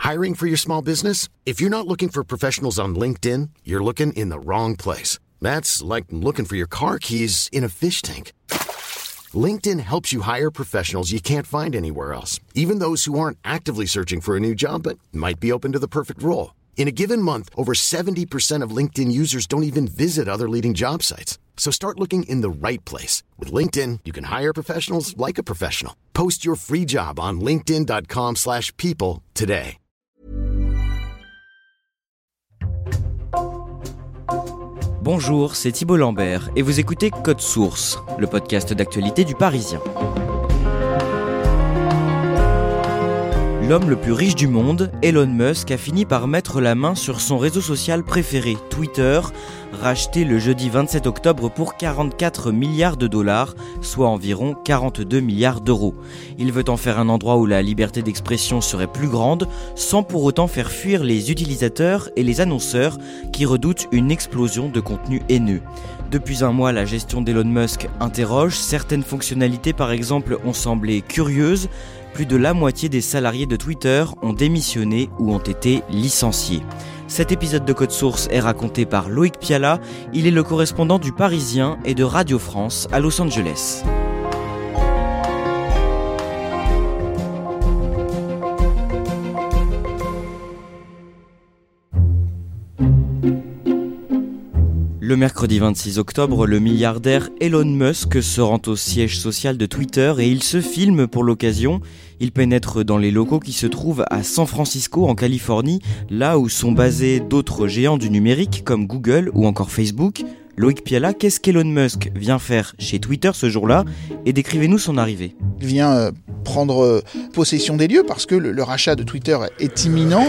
Hiring for your small business? If you're not looking for professionals on LinkedIn, you're looking in the wrong place. That's like looking for your car keys in a fish tank. LinkedIn helps you hire professionals you can't find anywhere else, even those who aren't actively searching for a new job but might be open to the perfect role. In a given month, over 70% of LinkedIn users don't even visit other leading job sites. So start looking in the right place. With LinkedIn, you can hire professionals like a professional. Post your free job on linkedin.com/people today. Bonjour, c'est Thibault Lambert et vous écoutez Code Source, le podcast d'actualité du Parisien. L'homme le plus riche du monde, Elon Musk, a fini par mettre la main sur son réseau social préféré, Twitter, racheté le jeudi 27 octobre pour 44 milliards de dollars, soit environ 42 milliards d'euros. Il veut en faire un endroit où la liberté d'expression serait plus grande, sans pour autant faire fuir les utilisateurs et les annonceurs qui redoutent une explosion de contenu haineux. Depuis un mois, la gestion d'Elon Musk interroge. Certaines fonctionnalités, par exemple, ont semblé curieuses. Plus de la moitié des salariés de Twitter ont démissionné ou ont été licenciés. Cet épisode de Code Source est raconté par Loïc Piala. Il est le correspondant du Parisien et de Radio France à Los Angeles. Le mercredi 26 octobre, le milliardaire Elon Musk se rend au siège social de Twitter et il se filme pour l'occasion. Il pénètre dans les locaux qui se trouvent à San Francisco, en Californie, là où sont basés d'autres géants du numérique comme Google ou encore Facebook. Loïc Piala, qu'est-ce qu'Elon Musk vient faire chez Twitter ce jour-là et décrivez-nous son arrivée. Il vient prendre possession des lieux parce que le rachat de Twitter est imminent.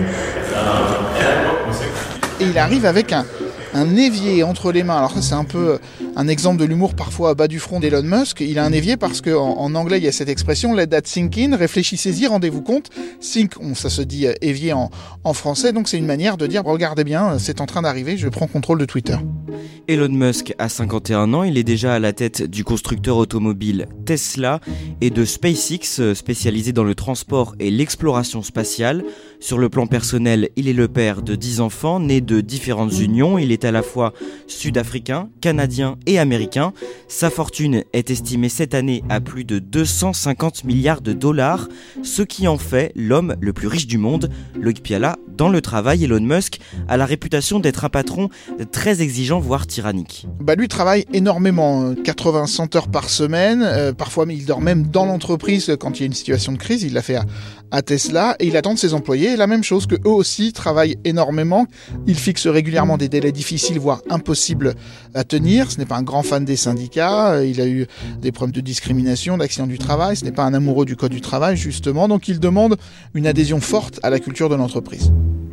Et il arrive avec un évier entre les mains. Alors ça, c'est un peu un exemple de l'humour parfois à bas du front d'Elon Musk. Il a un évier parce qu'en anglais, il y a cette expression « let that sink in », réfléchissez-y, rendez-vous compte. Sink, ça se dit évier en français, donc c'est une manière de dire « regardez bien, c'est en train d'arriver, je prends contrôle de Twitter ». Elon Musk a 51 ans, il est déjà à la tête du constructeur automobile Tesla et de SpaceX, spécialisé dans le transport et l'exploration spatiale. Sur le plan personnel, il est le père de 10 enfants, nés de différentes unions. Il est à la fois sud-africain, canadien et américain. Sa fortune est estimée cette année à plus de 250 milliards de dollars, ce qui en fait l'homme le plus riche du monde. Loïc Piala, dans le travail, Elon Musk a la réputation d'être un patron très exigeant, voire tyrannique. Lui travaille énormément, 80-100 heures par semaine, parfois il dort même dans l'entreprise quand il y a une situation de crise, il l'a fait à Tesla, et il attend de ses employés la même chose, que eux aussi travaillent énormément. Il fixe régulièrement des délais difficiles, voire impossibles à tenir. Ce n'est pas un grand fan des syndicats, il a eu des problèmes de discrimination, d'accident du travail, ce n'est pas un amoureux du code du travail justement, donc il demande une adhésion forte à la culture de l'entreprise.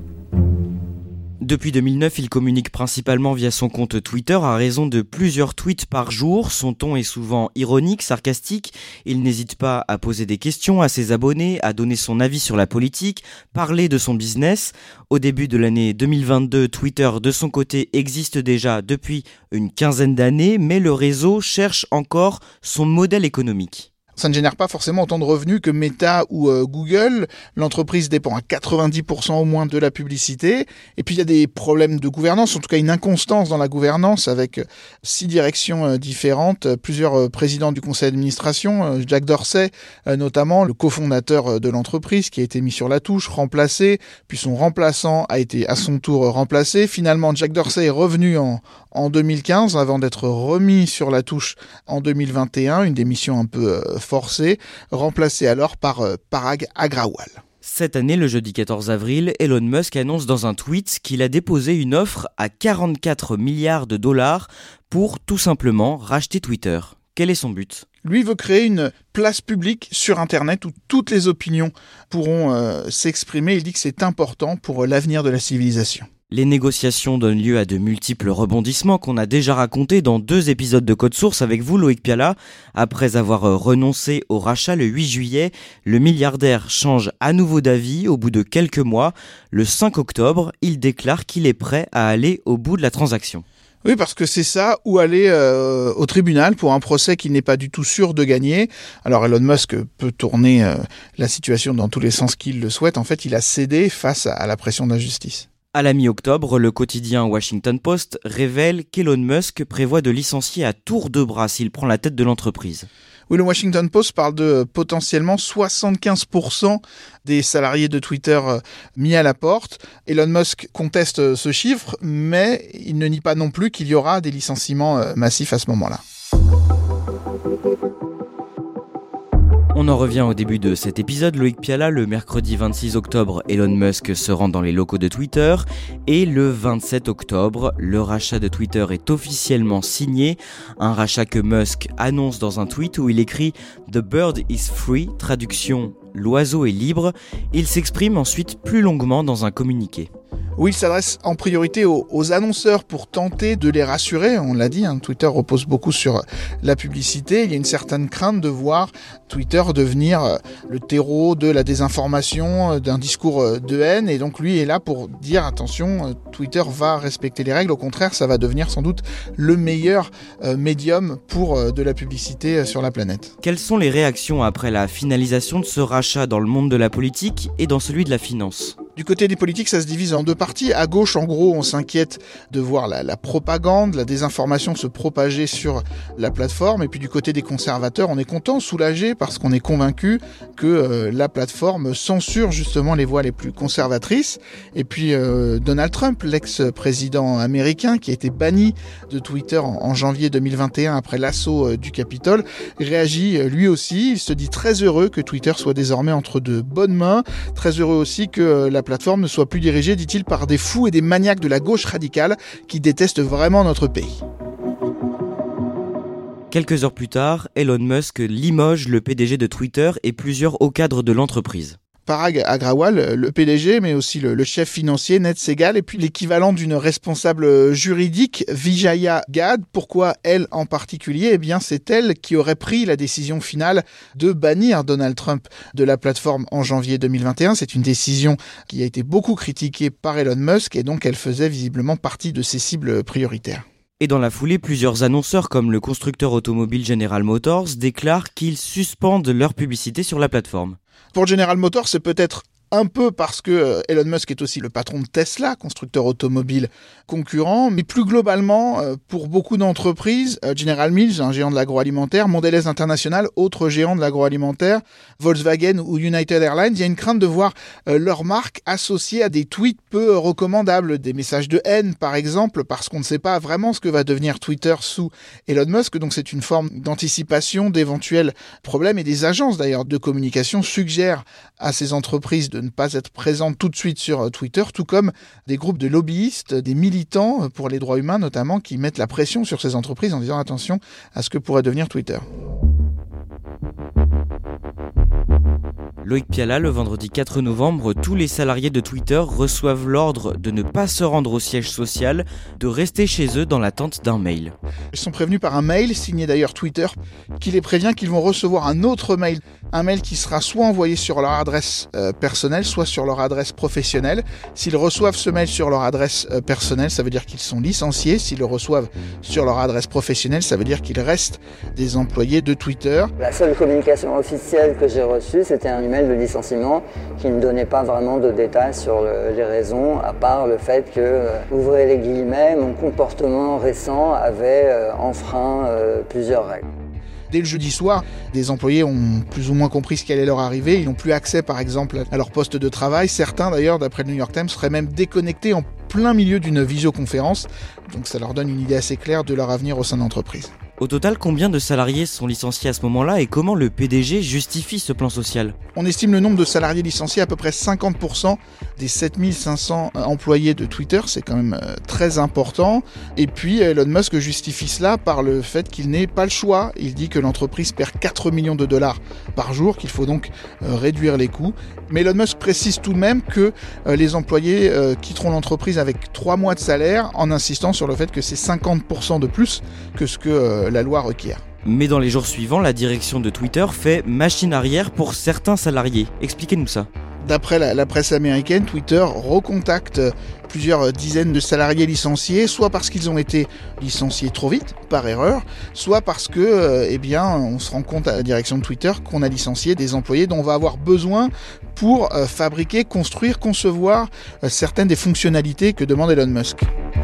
Depuis 2009, il communique principalement via son compte Twitter à raison de plusieurs tweets par jour. Son ton est souvent ironique, sarcastique. Il n'hésite pas à poser des questions à ses abonnés, à donner son avis sur la politique, parler de son business. Au début de l'année 2022, Twitter, de son côté, existe déjà depuis une quinzaine d'années, mais le réseau cherche encore son modèle économique. Ça ne génère pas forcément autant de revenus que Meta ou Google. L'entreprise dépend à 90% au moins de la publicité. Et puis il y a des problèmes de gouvernance, en tout cas une inconstance dans la gouvernance avec 6 directions différentes, plusieurs présidents du conseil d'administration, Jack Dorsey notamment, le cofondateur de l'entreprise qui a été mis sur la touche, remplacé, puis son remplaçant a été à son tour remplacé. Finalement, Jack Dorsey est revenu en 2015 avant d'être remis sur la touche en 2021, une démission un peu forcé, remplacé alors par Parag Agrawal. Cette année, le jeudi 14 avril, Elon Musk annonce dans un tweet qu'il a déposé une offre à 44 milliards de dollars pour tout simplement racheter Twitter. Quel est son but ? Lui veut créer une place publique sur Internet où toutes les opinions pourront s'exprimer. Il dit que c'est important pour l'avenir de la civilisation. Les négociations donnent lieu à de multiples rebondissements qu'on a déjà racontés dans 2 épisodes de Code Source avec vous, Loïc Piala. Après avoir renoncé au rachat le 8 juillet, le milliardaire change à nouveau d'avis au bout de quelques mois. Le 5 octobre, il déclare qu'il est prêt à aller au bout de la transaction. Oui, parce que c'est ça, ou aller au tribunal pour un procès qu'il n'est pas du tout sûr de gagner. Alors Elon Musk peut tourner la situation dans tous les sens qu'il le souhaite. En fait, il a cédé face à la pression de la justice. À la mi-octobre, le quotidien Washington Post révèle qu'Elon Musk prévoit de licencier à tour de bras s'il prend la tête de l'entreprise. Oui, le Washington Post parle de potentiellement 75% des salariés de Twitter mis à la porte. Elon Musk conteste ce chiffre, mais il ne nie pas non plus qu'il y aura des licenciements massifs à ce moment-là. On en revient au début de cet épisode. Loïc Piala, le mercredi 26 octobre, Elon Musk se rend dans les locaux de Twitter. Et le 27 octobre, le rachat de Twitter est officiellement signé. Un rachat que Musk annonce dans un tweet où il écrit « The bird is free », traduction « L'oiseau est libre ». Il s'exprime ensuite plus longuement dans un communiqué. Oui, il s'adresse en priorité aux annonceurs pour tenter de les rassurer. On l'a dit, Twitter repose beaucoup sur la publicité. Il y a une certaine crainte de voir Twitter devenir le terreau de la désinformation, d'un discours de haine. Et donc lui est là pour dire attention, Twitter va respecter les règles. Au contraire, ça va devenir sans doute le meilleur médium pour de la publicité sur la planète. Quelles sont les réactions après la finalisation de ce rachat dans le monde de la politique et dans celui de la finance ? Du côté des politiques, ça se divise en deux parties. À gauche, en gros, on s'inquiète de voir la propagande, la désinformation se propager sur la plateforme. Et puis du côté des conservateurs, on est content, soulagé, parce qu'on est convaincu que la plateforme censure justement les voix les plus conservatrices. Et puis Donald Trump, l'ex-président américain, qui a été banni de Twitter en janvier 2021 après l'assaut du Capitole, réagit lui aussi. Il se dit très heureux que Twitter soit désormais entre de bonnes mains, très heureux aussi que la plateforme ne soit plus dirigée, dit-il, par des fous et des maniaques de la gauche radicale qui détestent vraiment notre pays. Quelques heures plus tard, Elon Musk limoge le PDG de Twitter et plusieurs hauts cadres de l'entreprise. Parag Agrawal, le PDG, mais aussi le chef financier, Ned Segal, et puis l'équivalent d'une responsable juridique, Vijaya Gadde. Pourquoi elle en particulier ? Eh bien, c'est elle qui aurait pris la décision finale de bannir Donald Trump de la plateforme en janvier 2021. C'est une décision qui a été beaucoup critiquée par Elon Musk, et donc elle faisait visiblement partie de ses cibles prioritaires. Et dans la foulée, plusieurs annonceurs comme le constructeur automobile General Motors déclarent qu'ils suspendent leur publicité sur la plateforme. Pour General Motors, c'est peut-être un peu parce que Elon Musk est aussi le patron de Tesla, constructeur automobile concurrent, mais plus globalement, pour beaucoup d'entreprises, General Mills, un géant de l'agroalimentaire, Mondelez International, autre géant de l'agroalimentaire, Volkswagen ou United Airlines, il y a une crainte de voir leur marque associée à des tweets peu recommandables, des messages de haine par exemple, parce qu'on ne sait pas vraiment ce que va devenir Twitter sous Elon Musk, donc c'est une forme d'anticipation d'éventuels problèmes, et des agences d'ailleurs de communication suggèrent à ces entreprises de ne pas être présentes tout de suite sur Twitter, tout comme des groupes de lobbyistes, des militants pour les droits humains notamment, qui mettent la pression sur ces entreprises en disant attention à ce que pourrait devenir Twitter. Loïc Piala, le vendredi 4 novembre, tous les salariés de Twitter reçoivent l'ordre de ne pas se rendre au siège social, de rester chez eux dans l'attente d'un mail. Ils sont prévenus par un mail, signé d'ailleurs Twitter, qui les prévient qu'ils vont recevoir un autre mail. Un mail qui sera soit envoyé sur leur adresse personnelle, soit sur leur adresse professionnelle. S'ils reçoivent ce mail sur leur adresse personnelle, ça veut dire qu'ils sont licenciés. S'ils le reçoivent sur leur adresse professionnelle, ça veut dire qu'ils restent des employés de Twitter. La seule communication officielle que j'ai reçue, c'était un email de licenciement qui ne donnait pas vraiment de détails sur les raisons, à part le fait que, ouvrez les guillemets, mon comportement récent avait enfreint plusieurs règles. Dès le jeudi soir, des employés ont plus ou moins compris ce qui allait leur arriver. Ils n'ont plus accès, par exemple, à leur poste de travail. Certains, d'ailleurs, d'après le New York Times, seraient même déconnectés en plein milieu d'une visioconférence. Donc ça leur donne une idée assez claire de leur avenir au sein de l'entreprise. Au total, combien de salariés sont licenciés à ce moment-là et comment le PDG justifie ce plan social ? On estime le nombre de salariés licenciés à peu près 50% des 7500 employés de Twitter. C'est quand même très important. Et puis Elon Musk justifie cela par le fait qu'il n'ait pas le choix. Il dit que l'entreprise perd 4 millions de dollars par jour, qu'il faut donc réduire les coûts. Mais Elon Musk précise tout de même que les employés quitteront l'entreprise avec 3 mois de salaire, en insistant sur le fait que c'est 50% de plus que ce que la loi requiert. Mais dans les jours suivants, la direction de Twitter fait machine arrière pour certains salariés. Expliquez-nous ça. D'après la presse américaine, Twitter recontacte plusieurs dizaines de salariés licenciés, soit parce qu'ils ont été licenciés trop vite, par erreur, soit parce que, on se rend compte à la direction de Twitter qu'on a licencié des employés dont on va avoir besoin pour fabriquer, construire, concevoir certaines des fonctionnalités que demande Elon Musk.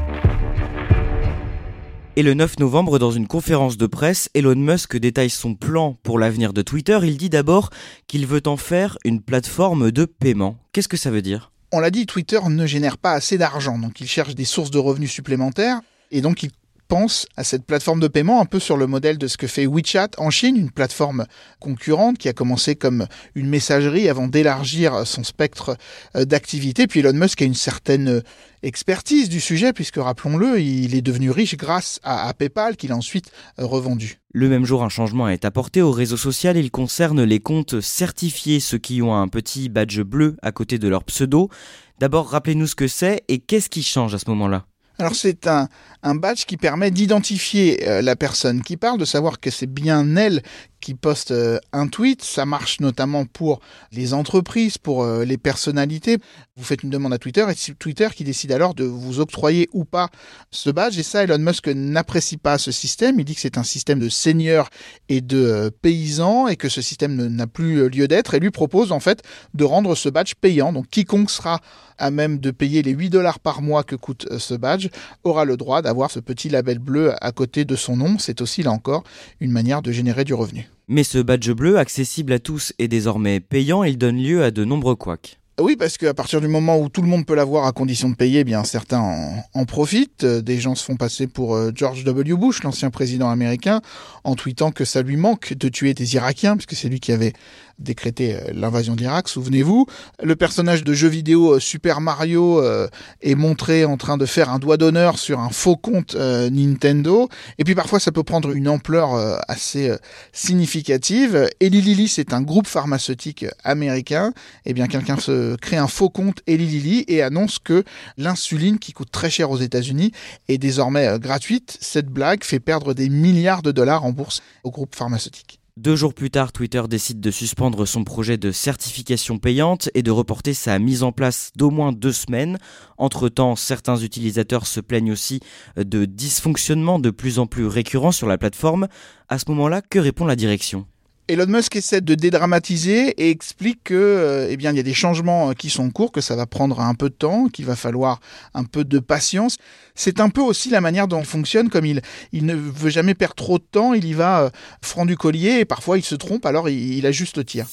Et le 9 novembre, dans une conférence de presse, Elon Musk détaille son plan pour l'avenir de Twitter. Il dit d'abord qu'il veut en faire une plateforme de paiement. Qu'est-ce que ça veut dire ? On l'a dit, Twitter ne génère pas assez d'argent, donc il cherche des sources de revenus supplémentaires, et donc il pense à cette plateforme de paiement un peu sur le modèle de ce que fait WeChat en Chine, une plateforme concurrente qui a commencé comme une messagerie avant d'élargir son spectre d'activité. Puis Elon Musk a une certaine expertise du sujet, puisque rappelons-le, il est devenu riche grâce à PayPal qu'il a ensuite revendu. Le même jour, un changement est apporté au réseau social. Il concerne les comptes certifiés, ceux qui ont un petit badge bleu à côté de leur pseudo. D'abord, rappelez-nous ce que c'est et qu'est-ce qui change à ce moment-là ? Alors c'est un badge qui permet d'identifier la personne qui parle, de savoir que c'est bien elle qui poste un tweet. Ça marche notamment pour les entreprises, pour les personnalités. Vous faites une demande à Twitter et c'est Twitter qui décide alors de vous octroyer ou pas ce badge. Et ça, Elon Musk n'apprécie pas ce système. Il dit que c'est un système de seigneurs et de paysans et que ce système n'a plus lieu d'être et lui propose en fait de rendre ce badge payant. Donc quiconque sera à même de payer les $8 par mois que coûte ce badge aura le droit d'avoir ce petit label bleu à côté de son nom. C'est aussi, là encore, une manière de générer du revenu. Mais ce badge bleu, accessible à tous et désormais payant, il donne lieu à de nombreux couacs. Oui, parce qu'à partir du moment où tout le monde peut l'avoir à condition de payer, eh bien certains en profitent. Des gens se font passer pour George W. Bush, l'ancien président américain, en tweetant que ça lui manque de tuer des Irakiens, puisque c'est lui qui avait décrété l'invasion d'Irak, souvenez-vous. Le personnage de jeu vidéo Super Mario est montré en train de faire un doigt d'honneur sur un faux compte Nintendo. Et puis parfois, ça peut prendre une ampleur assez significative. Eli Lilly, c'est un groupe pharmaceutique américain. Eh bien, quelqu'un se crée un faux compte Eli Lilly et annonce que l'insuline, qui coûte très cher aux États-Unis, est désormais gratuite. Cette blague fait perdre des milliards de dollars en bourse au groupe pharmaceutique. 2 jours plus tard, Twitter décide de suspendre son projet de certification payante et de reporter sa mise en place d'au moins 2 semaines. Entre-temps, certains utilisateurs se plaignent aussi de dysfonctionnements de plus en plus récurrents sur la plateforme. À ce moment-là, que répond la direction ? Elon Musk essaie de dédramatiser et explique que, il y a des changements qui sont en cours, que ça va prendre un peu de temps, qu'il va falloir un peu de patience. C'est un peu aussi la manière dont il fonctionne, comme il ne veut jamais perdre trop de temps, il y va franc du collier et parfois il se trompe, alors il ajuste le tir.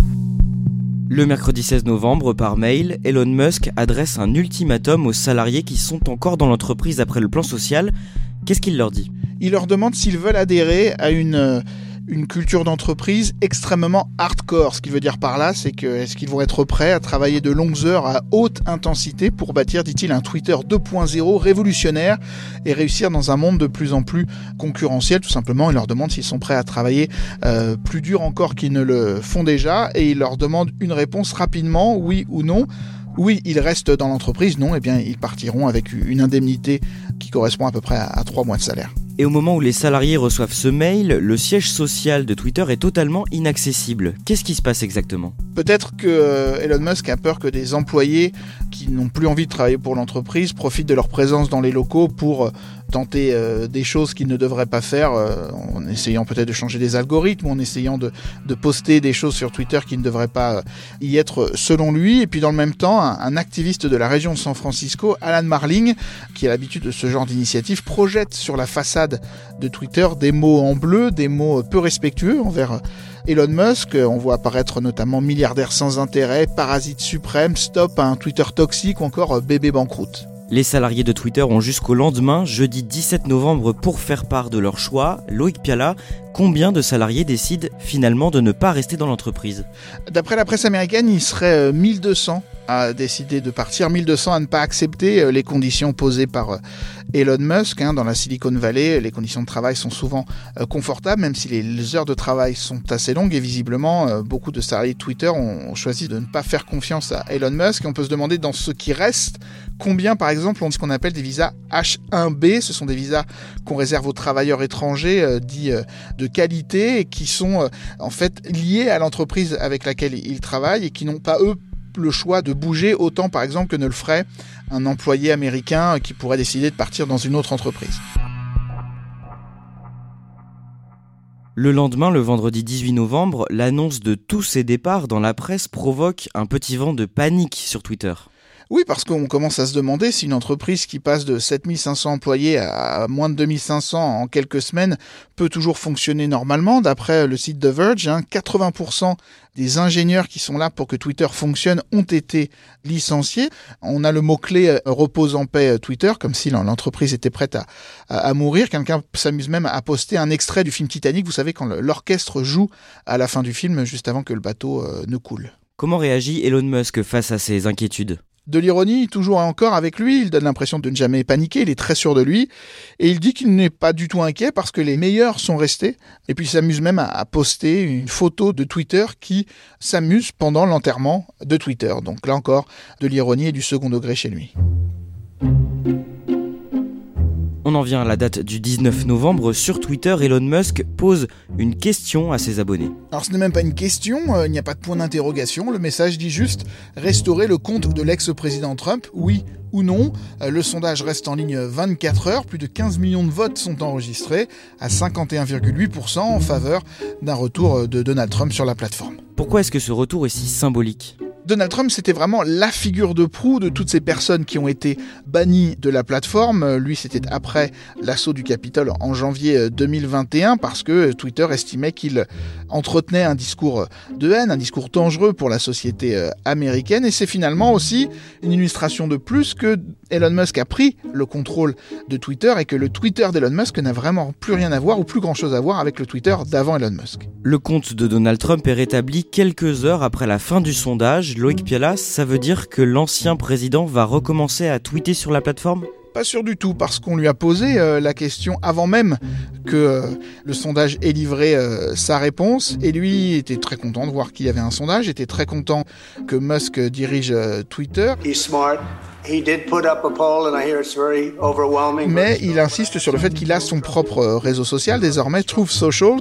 Le mercredi 16 novembre, par mail, Elon Musk adresse un ultimatum aux salariés qui sont encore dans l'entreprise après le plan social. Qu'est-ce qu'il leur dit ? Il leur demande s'ils veulent adhérer à une culture d'entreprise extrêmement hardcore. Ce qu'il veut dire par là, c'est que est-ce qu'ils vont être prêts à travailler de longues heures à haute intensité pour bâtir, dit-il, un Twitter 2.0 révolutionnaire et réussir dans un monde de plus en plus concurrentiel. Tout simplement, il leur demande s'ils sont prêts à travailler plus dur encore qu'ils ne le font déjà et il leur demande une réponse rapidement, oui ou non. Oui, ils restent dans l'entreprise, non, ils partiront avec une indemnité qui correspond à peu près à 3 mois de salaire. Et au moment où les salariés reçoivent ce mail, le siège social de Twitter est totalement inaccessible. Qu'est-ce qui se passe exactement ? Peut-être que Elon Musk a peur que des employés qui n'ont plus envie de travailler pour l'entreprise profitent de leur présence dans les locaux pour tenter des choses qu'ils ne devraient pas faire, en essayant peut-être de changer des algorithmes, ou en essayant de poster des choses sur Twitter qui ne devraient pas y être selon lui. Et puis dans le même temps, un activiste de la région de San Francisco, Alan Marling, qui a l'habitude de ce genre d'initiative, projette sur la façade de Twitter des mots en bleu, des mots peu respectueux envers Elon Musk. On voit apparaître notamment milliardaire sans intérêt, parasite suprême, stop à un Twitter toxique ou encore bébé banqueroute. Les salariés de Twitter ont jusqu'au lendemain, jeudi 17 novembre, pour faire part de leur choix. Loïc Piala, combien de salariés décident finalement de ne pas rester dans l'entreprise ? D'après la presse américaine, il serait 1200 à décider de partir, 1200 à ne pas accepter les conditions posées par Elon Musk. Dans la Silicon Valley, les conditions de travail sont souvent confortables, même si les heures de travail sont assez longues. Et visiblement, beaucoup de salariés de Twitter ont choisi de ne pas faire confiance à Elon Musk. Et on peut se demander, dans ce qui reste, combien, par exemple, ont ce qu'on appelle des visas H1B. Ce sont des visas qu'on réserve aux travailleurs étrangers dits de qualité et qui sont en fait liés à l'entreprise avec laquelle ils travaillent et qui n'ont pas, eux, le choix de bouger autant par exemple que ne le ferait un employé américain qui pourrait décider de partir dans une autre entreprise. Le lendemain, le vendredi 18 novembre, l'annonce de tous ces départs dans la presse provoque un petit vent de panique sur Twitter. Oui, parce qu'on commence à se demander si une entreprise qui passe de 7500 employés à moins de 2500 en quelques semaines peut toujours fonctionner normalement. D'après le site The Verge, 80% des ingénieurs qui sont là pour que Twitter fonctionne ont été licenciés. On a le mot-clé « repose en paix Twitter », comme si l'entreprise était prête à mourir. Quelqu'un s'amuse même à poster un extrait du film Titanic, vous savez, quand l'orchestre joue à la fin du film, juste avant que le bateau ne coule. Comment réagit Elon Musk face à ces inquiétudes ? De l'ironie, toujours et encore avec lui, il donne l'impression de ne jamais paniquer, il est très sûr de lui, et il dit qu'il n'est pas du tout inquiet parce que les meilleurs sont restés, et puis il s'amuse même à poster une photo de Twitter qui s'amuse pendant l'enterrement de Twitter. Donc là encore, de l'ironie et du second degré chez lui. On en vient à la date du 19 novembre. Sur Twitter, Elon Musk pose une question à ses abonnés. Alors ce n'est même pas une question, il n'y a pas de point d'interrogation. Le message dit juste « Restaurer le compte de l'ex-président Trump, oui ou non ?» Le sondage reste en ligne 24 heures. Plus de 15 millions de votes sont enregistrés à 51,8% en faveur d'un retour de Donald Trump sur la plateforme. Pourquoi est-ce que ce retour est si symbolique ? Donald Trump, c'était vraiment la figure de proue de toutes ces personnes qui ont été bannies de la plateforme. Lui, c'était après l'assaut du Capitole en janvier 2021 parce que Twitter estimait qu'il entretenait un discours de haine, un discours dangereux pour la société américaine. Et c'est finalement aussi une illustration de plus que Elon Musk a pris le contrôle de Twitter et que le Twitter d'Elon Musk n'a vraiment plus rien à voir ou plus grand-chose à voir avec le Twitter d'avant Elon Musk. Le compte de Donald Trump est rétabli quelques heures après la fin du sondage. Loïc Piala, ça veut dire que l'ancien président va recommencer à tweeter sur la plateforme ? Pas sûr du tout, parce qu'on lui a posé la question avant même que le sondage ait livré sa réponse. Et lui était très content de voir qu'il y avait un sondage, était très content que Musk dirige Twitter. Mais il insiste sur le fait qu'il a son propre réseau social, désormais Truth Social.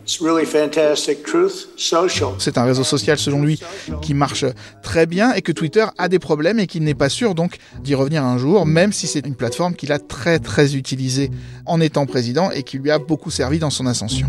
C'est un réseau social, selon lui, qui marche très bien et que Twitter a des problèmes et qu'il n'est pas sûr donc d'y revenir un jour, même si c'est une plateforme qu'il a très très utilisée en étant président et qui lui a beaucoup servi dans son ascension.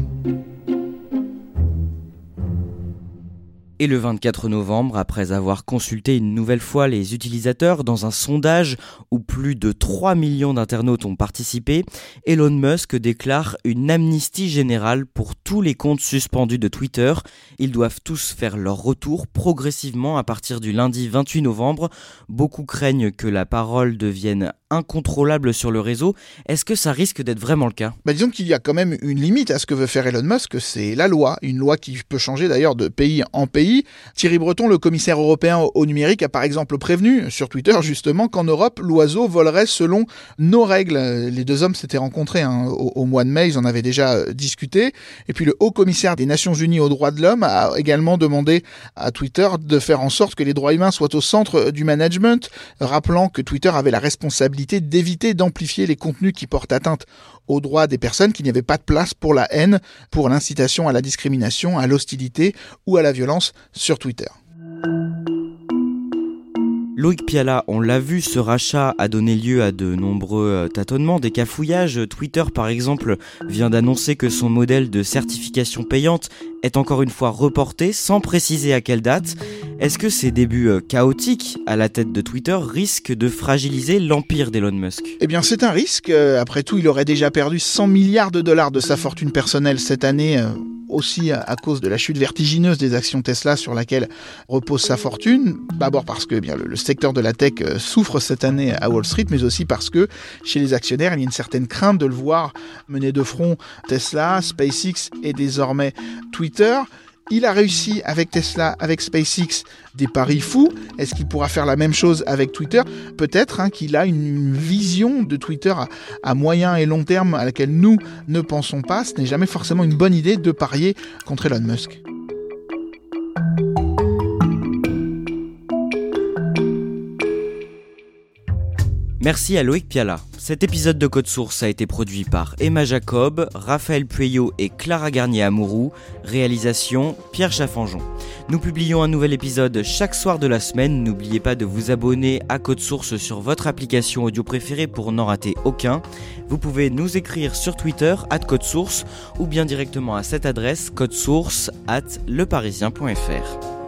Et le 24 novembre, après avoir consulté une nouvelle fois les utilisateurs dans un sondage où plus de 3 millions d'internautes ont participé, Elon Musk déclare une amnistie générale pour tous les comptes suspendus de Twitter. Ils doivent tous faire leur retour progressivement à partir du lundi 28 novembre. Beaucoup craignent que la parole devienne incontrôlable sur le réseau. Est-ce que ça risque d'être vraiment le cas ? Disons qu'il y a quand même une limite à ce que veut faire Elon Musk, c'est la loi. Une loi qui peut changer d'ailleurs de pays en pays. Thierry Breton, le commissaire européen au numérique, a par exemple prévenu sur Twitter justement qu'en Europe, l'oiseau volerait selon nos règles. Les deux hommes s'étaient rencontrés au mois de mai, ils en avaient déjà discuté. Et puis le haut commissaire des Nations Unies aux droits de l'homme a également demandé à Twitter de faire en sorte que les droits humains soient au centre du management, rappelant que Twitter avait la responsabilité d'éviter d'amplifier les contenus qui portent atteinte aux droits des personnes, qu'il n'y avait pas de place pour la haine, pour l'incitation à la discrimination, à l'hostilité ou à la violence sur Twitter. Loïc Piala, on l'a vu, ce rachat a donné lieu à de nombreux tâtonnements, des cafouillages. Twitter, par exemple, vient d'annoncer que son modèle de certification payante est encore une fois reporté, sans préciser à quelle date. Est-ce que ces débuts chaotiques à la tête de Twitter risquent de fragiliser l'empire d'Elon Musk ? Eh bien, c'est un risque. Après tout, il aurait déjà perdu 100 milliards de dollars de sa fortune personnelle cette année, aussi à cause de la chute vertigineuse des actions Tesla sur laquelle repose sa fortune. D'abord parce que le secteur de la tech souffre cette année à Wall Street, mais aussi parce que chez les actionnaires, il y a une certaine crainte de le voir mener de front Tesla, SpaceX et désormais Twitter. Il a réussi avec Tesla, avec SpaceX, des paris fous. Est-ce qu'il pourra faire la même chose avec Twitter ? Peut-être qu'il a une vision de Twitter à moyen et long terme à laquelle nous ne pensons pas. Ce n'est jamais forcément une bonne idée de parier contre Elon Musk. Merci à Loïc Piala. Cet épisode de Code Source a été produit par Emma Jacob, Raphaël Pueyo et Clara Garnier-Amouroux. Réalisation Pierre Chaffanjon. Nous publions un nouvel épisode chaque soir de la semaine. N'oubliez pas de vous abonner à Code Source sur votre application audio préférée pour n'en rater aucun. Vous pouvez nous écrire sur Twitter @codesource ou bien directement à cette adresse codesource@leparisien.fr.